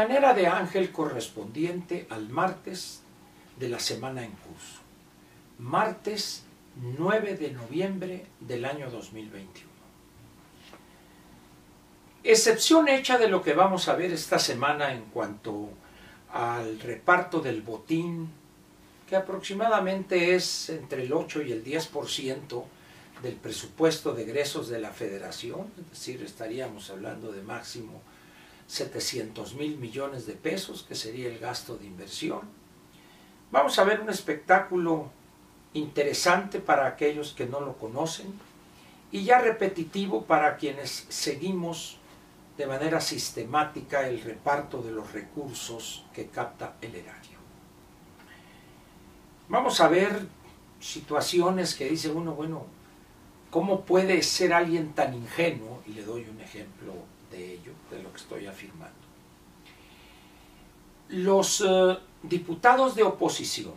Mañanera de Ángel correspondiente al martes de la semana en curso. Martes 9 de noviembre del año 2021. Excepción hecha de lo que vamos a ver esta semana en cuanto al reparto del botín, que aproximadamente es entre el 8 y el 10% del presupuesto de egresos de la Federación, es decir, estaríamos hablando de máximo 700,000 millones de pesos, que sería el gasto de inversión. Vamos a ver un espectáculo interesante para aquellos que no lo conocen y ya repetitivo para quienes seguimos de manera sistemática el reparto de los recursos que capta el erario. Vamos a ver situaciones que dice uno, bueno, ¿cómo puede ser alguien tan ingenuo? Y le doy un ejemplo de ello, de lo que estoy afirmando. Los diputados de oposición,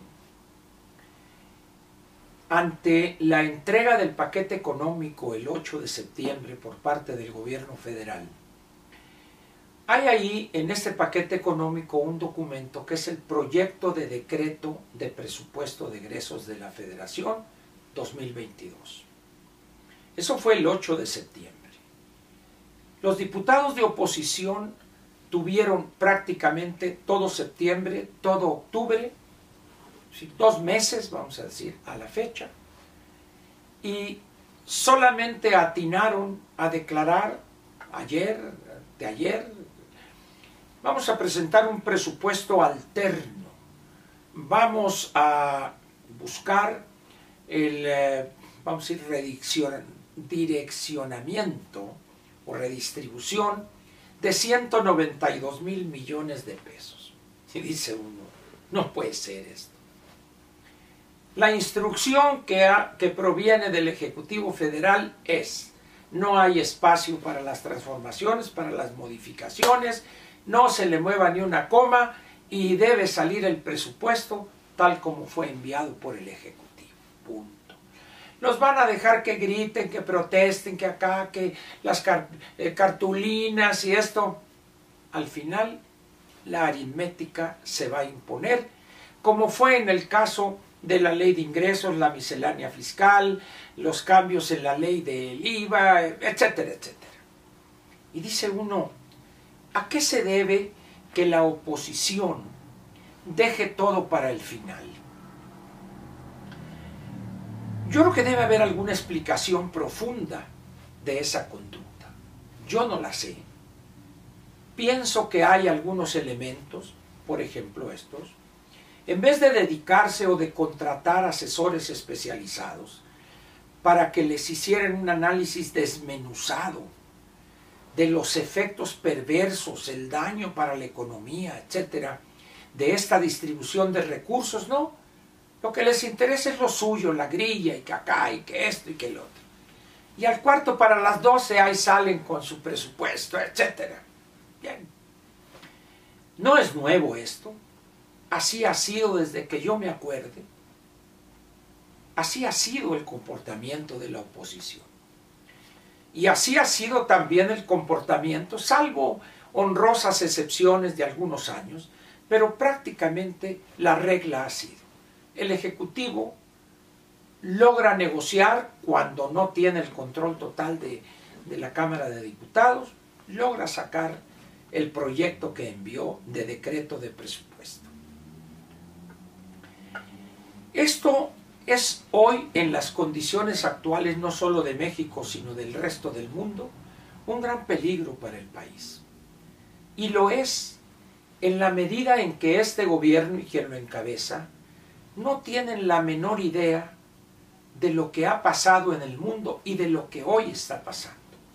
ante la entrega del paquete económico el 8 de septiembre por parte del gobierno federal, hay ahí en este paquete económico un documento que es el proyecto de decreto de presupuesto de egresos de la Federación 2022. Eso fue el 8 de septiembre. Los diputados de oposición tuvieron prácticamente todo septiembre, todo octubre, 2 meses, vamos a decir, a la fecha, y solamente atinaron a declarar de ayer, vamos a presentar un presupuesto alterno, vamos a buscar el, vamos a decir, direccionamiento o redistribución de 192,000 millones de pesos. Y dice uno, no puede ser esto. La instrucción que proviene del Ejecutivo Federal es: no hay espacio para las transformaciones, para las modificaciones, no se le mueva ni una coma y debe salir el presupuesto tal como fue enviado por el Ejecutivo. Punto. Nos van a dejar que griten, que protesten, que acá, que las cartulinas y esto. Al final, la aritmética se va a imponer, como fue en el caso de la ley de ingresos, la miscelánea fiscal, los cambios en la ley del IVA, etcétera, etcétera. Y dice uno, ¿a qué se debe que la oposición deje todo para el final? Yo creo que debe haber alguna explicación profunda de esa conducta. Yo no la sé. Pienso que hay algunos elementos, por ejemplo estos. En vez de dedicarse o de contratar asesores especializados para que les hicieran un análisis desmenuzado de los efectos perversos, el daño para la economía, etcétera, de esta distribución de recursos, no. Lo que les interesa es lo suyo, la grilla, y que acá, y que esto, y que el otro. Y al cuarto para las 12 ahí salen con su presupuesto, etcétera. Bien. No es nuevo esto. Así ha sido desde que yo me acuerde. Así ha sido el comportamiento de la oposición. Y así ha sido también el comportamiento, salvo honrosas excepciones de algunos años, pero prácticamente la regla ha sido: el Ejecutivo logra negociar cuando no tiene el control total de la Cámara de Diputados, logra sacar el proyecto que envió de decreto de presupuesto. Esto es hoy, en las condiciones actuales, no solo de México, sino del resto del mundo, un gran peligro para el país. Y lo es en la medida en que este gobierno y quien lo encabeza no tienen la menor idea de lo que ha pasado en el mundo y de lo que hoy está pasando.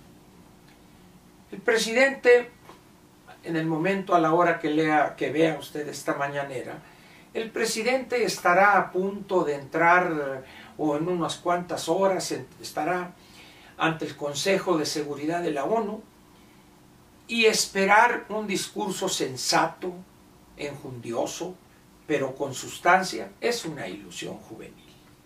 El presidente, en el momento, a la hora que vea usted esta mañanera, el presidente estará a punto de entrar, o en unas cuantas horas estará ante el Consejo de Seguridad de la ONU, y esperar un discurso sensato, enjundioso, pero con sustancia, es una ilusión juvenil.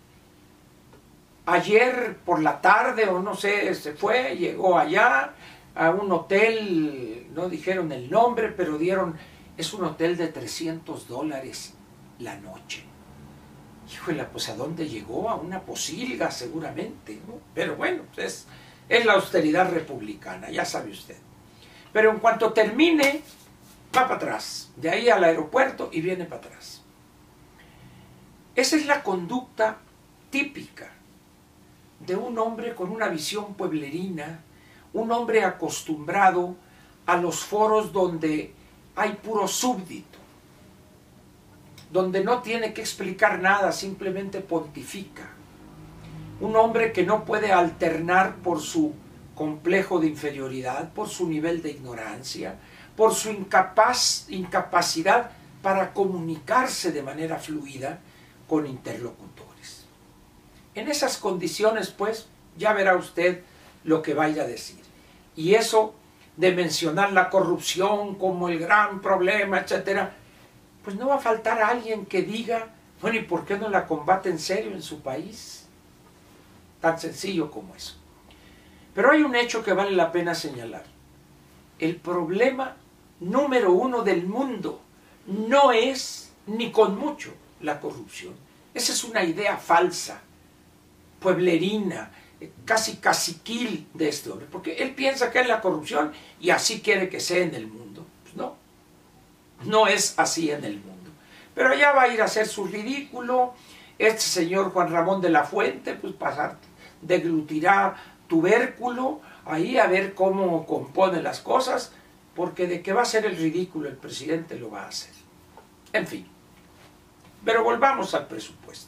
Ayer por la tarde, o no sé, llegó allá a un hotel, no dijeron el nombre, pero dieron es un hotel de $300 la noche. Híjole, pues ¿a dónde llegó? A una posilga seguramente, ¿no? Pero bueno, pues es la austeridad republicana, ya sabe usted. Pero en cuanto termine, va para atrás, de ahí al aeropuerto y viene para atrás. Esa es la conducta típica de un hombre con una visión pueblerina, un hombre acostumbrado a los foros donde hay puro súbdito, donde no tiene que explicar nada, simplemente pontifica. Un hombre que no puede alternar por su complejo de inferioridad, por su nivel de ignorancia, por su incapacidad para comunicarse de manera fluida con interlocutores. En esas condiciones, pues, ya verá usted lo que vaya a decir. Y eso de mencionar la corrupción como el gran problema, etcétera, pues no va a faltar alguien que diga, bueno, ¿y por qué no la combate en serio en su país? Tan sencillo como eso. Pero hay un hecho que vale la pena señalar. El problema número uno del mundo no es, ni con mucho, la corrupción. Esa es una idea falsa, pueblerina, casi caciquil de este hombre, porque él piensa que es la corrupción y así quiere que sea en el mundo. Pues no, no es así en el mundo. Pero allá va a ir a hacer su ridículo. Este señor Juan Ramón de la Fuente, pues deglutirá tubérculo ahí a ver cómo compone las cosas, porque de que va a ser el ridículo el presidente lo va a hacer. En fin, pero volvamos al presupuesto.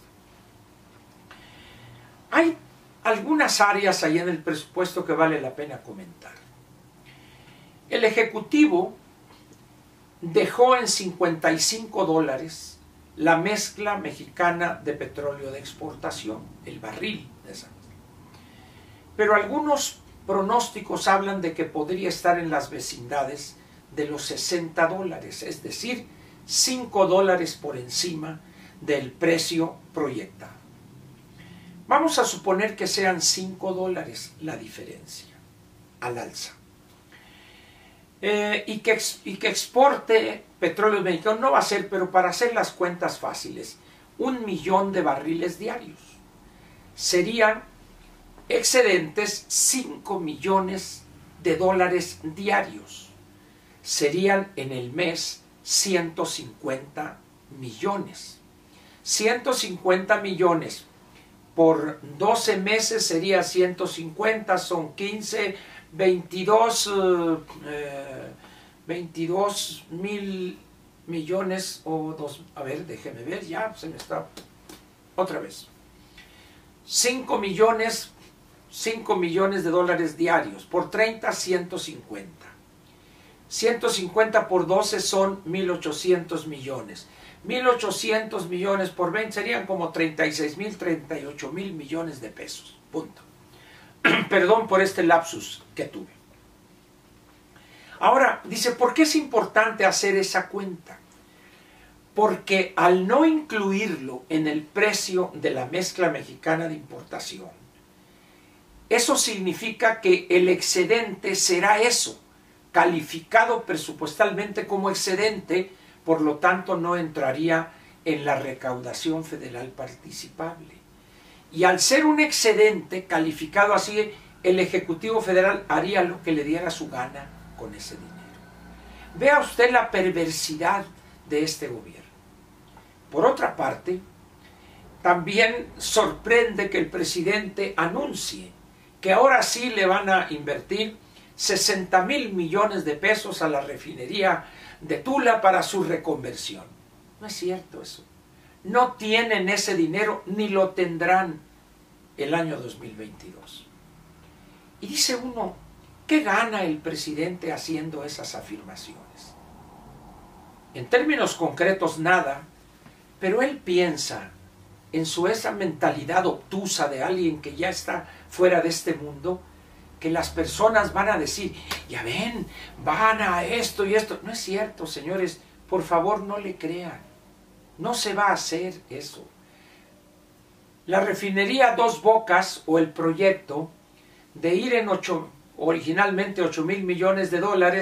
Hay algunas áreas ahí en el presupuesto que vale la pena comentar. El Ejecutivo dejó en $55 la mezcla mexicana de petróleo de exportación, el barril de esa mezcla. Pero algunos pronósticos hablan de que podría estar en las vecindades de los $60, es decir, $5 por encima del precio proyectado. Vamos a suponer que sean $5 la diferencia al alza. Y que exporte petróleo mexicano no va a ser, pero para hacer las cuentas fáciles, 1 millón de barriles diarios. Serían excedentes $5 millones diarios. Serían en el mes 150 millones. 150 millones por 12 meses sería 150, son 15, 22 mil millones o dos, a ver, déjeme ver, ya se me está, otra vez. 5 millones de dólares diarios, por 30, 150. 150 por 12 son 1.800 millones. 1.800 millones por 20 serían como 36,000, 38,000 millones de pesos. Punto. Perdón por este lapsus que tuve. Ahora, dice, ¿por qué es importante hacer esa cuenta? Porque al no incluirlo en el precio de la mezcla mexicana de importación, eso significa que el excedente será eso, calificado presupuestalmente como excedente, por lo tanto no entraría en la recaudación federal participable. Y al ser un excedente calificado así, el Ejecutivo Federal haría lo que le diera su gana con ese dinero. Vea usted la perversidad de este gobierno. Por otra parte, también sorprende que el presidente anuncie que ahora sí le van a invertir 60,000 millones de pesos a la refinería de Tula para su reconversión. No es cierto eso. No tienen ese dinero ni lo tendrán el año 2022. Y dice uno, ¿qué gana el presidente haciendo esas afirmaciones? En términos concretos nada, pero él piensa en esa mentalidad obtusa de alguien que ya está fuera de este mundo, que las personas van a decir, ya ven, van a esto y esto. No es cierto, señores, por favor no le crean. No se va a hacer eso. La refinería Dos Bocas, o el proyecto de ir en originalmente 8,000 millones de dólares,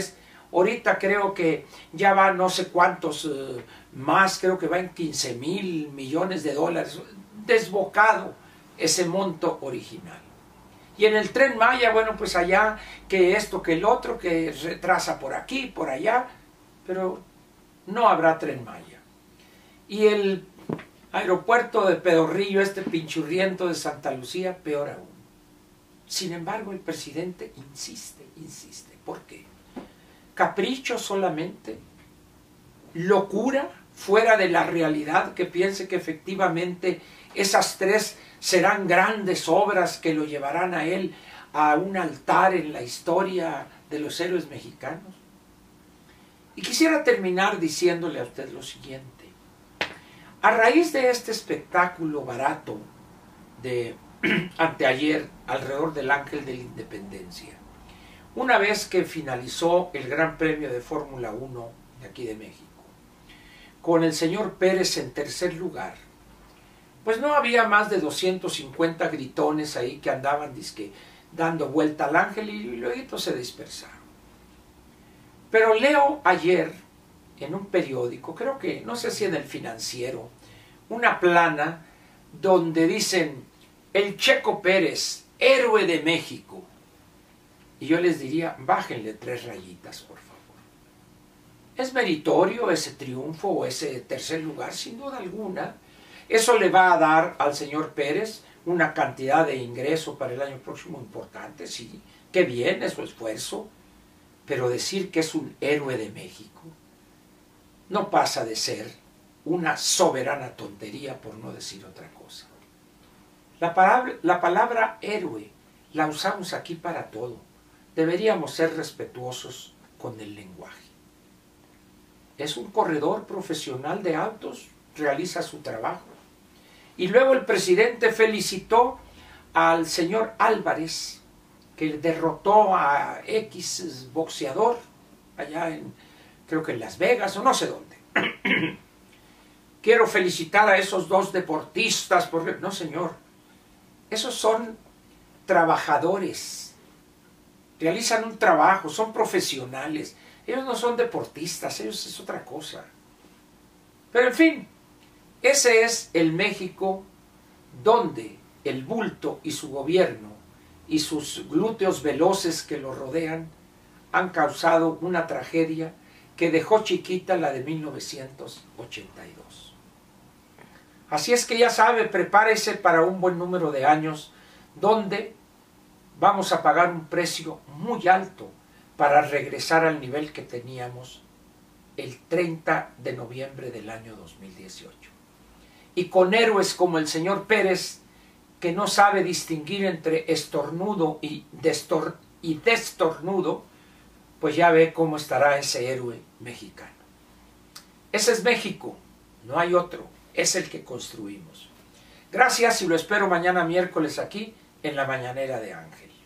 ahorita creo que ya va no sé cuántos más, creo que va en 15,000 millones de dólares, desbocado ese monto original. Y en el Tren Maya, bueno, pues allá, que esto, que el otro, que retrasa por aquí, por allá, pero no habrá Tren Maya. Y el aeropuerto de Pedorrillo, este pinchurriento de Santa Lucía, peor aún. Sin embargo, el presidente insiste, insiste. ¿Por qué? ¿Capricho solamente? ¿Locura fuera de la realidad que piense que efectivamente esas tres serán grandes obras que lo llevarán a él a un altar en la historia de los héroes mexicanos? Y quisiera terminar diciéndole a usted lo siguiente. A raíz de este espectáculo barato de anteayer alrededor del Ángel de la Independencia, una vez que finalizó el Gran Premio de Fórmula 1 de aquí de México, con el señor Pérez en tercer lugar, pues no había más de 250 gritones ahí que andaban dando vuelta al ángel y luego se dispersaron. Pero leo ayer en un periódico, creo que, no sé si en el Financiero, una plana donde dicen: el Checo Pérez, héroe de México. Y yo les diría, bájenle 3 rayitas, por favor. ¿Es meritorio ese triunfo o ese tercer lugar? Sin duda alguna. Eso le va a dar al señor Pérez una cantidad de ingreso para el año próximo importante, sí. Qué bien, es su esfuerzo. Pero decir que es un héroe de México no pasa de ser una soberana tontería, por no decir otra cosa. La palabra héroe la usamos aquí para todo. Deberíamos ser respetuosos con el lenguaje. Es un corredor profesional de autos, realiza su trabajo. Y luego el presidente felicitó al señor Álvarez, que derrotó a X boxeador, allá creo que en Las Vegas o no sé dónde. Quiero felicitar a esos 2 deportistas, porque no, señor, esos son trabajadores, realizan un trabajo, son profesionales, ellos no son deportistas, ellos es otra cosa. Pero en fin, ese es el México donde el bulto y su gobierno y sus glúteos veloces que lo rodean han causado una tragedia que dejó chiquita la de 1982. Así es que ya sabe, prepárese para un buen número de años donde vamos a pagar un precio muy alto para regresar al nivel que teníamos el 30 de noviembre del año 2018. Y con héroes como el señor Pérez, que no sabe distinguir entre estornudo y destornudo, pues ya ve cómo estará ese héroe mexicano. Ese es México, no hay otro, es el que construimos. Gracias y lo espero mañana miércoles aquí en la Mañanera de Ángel.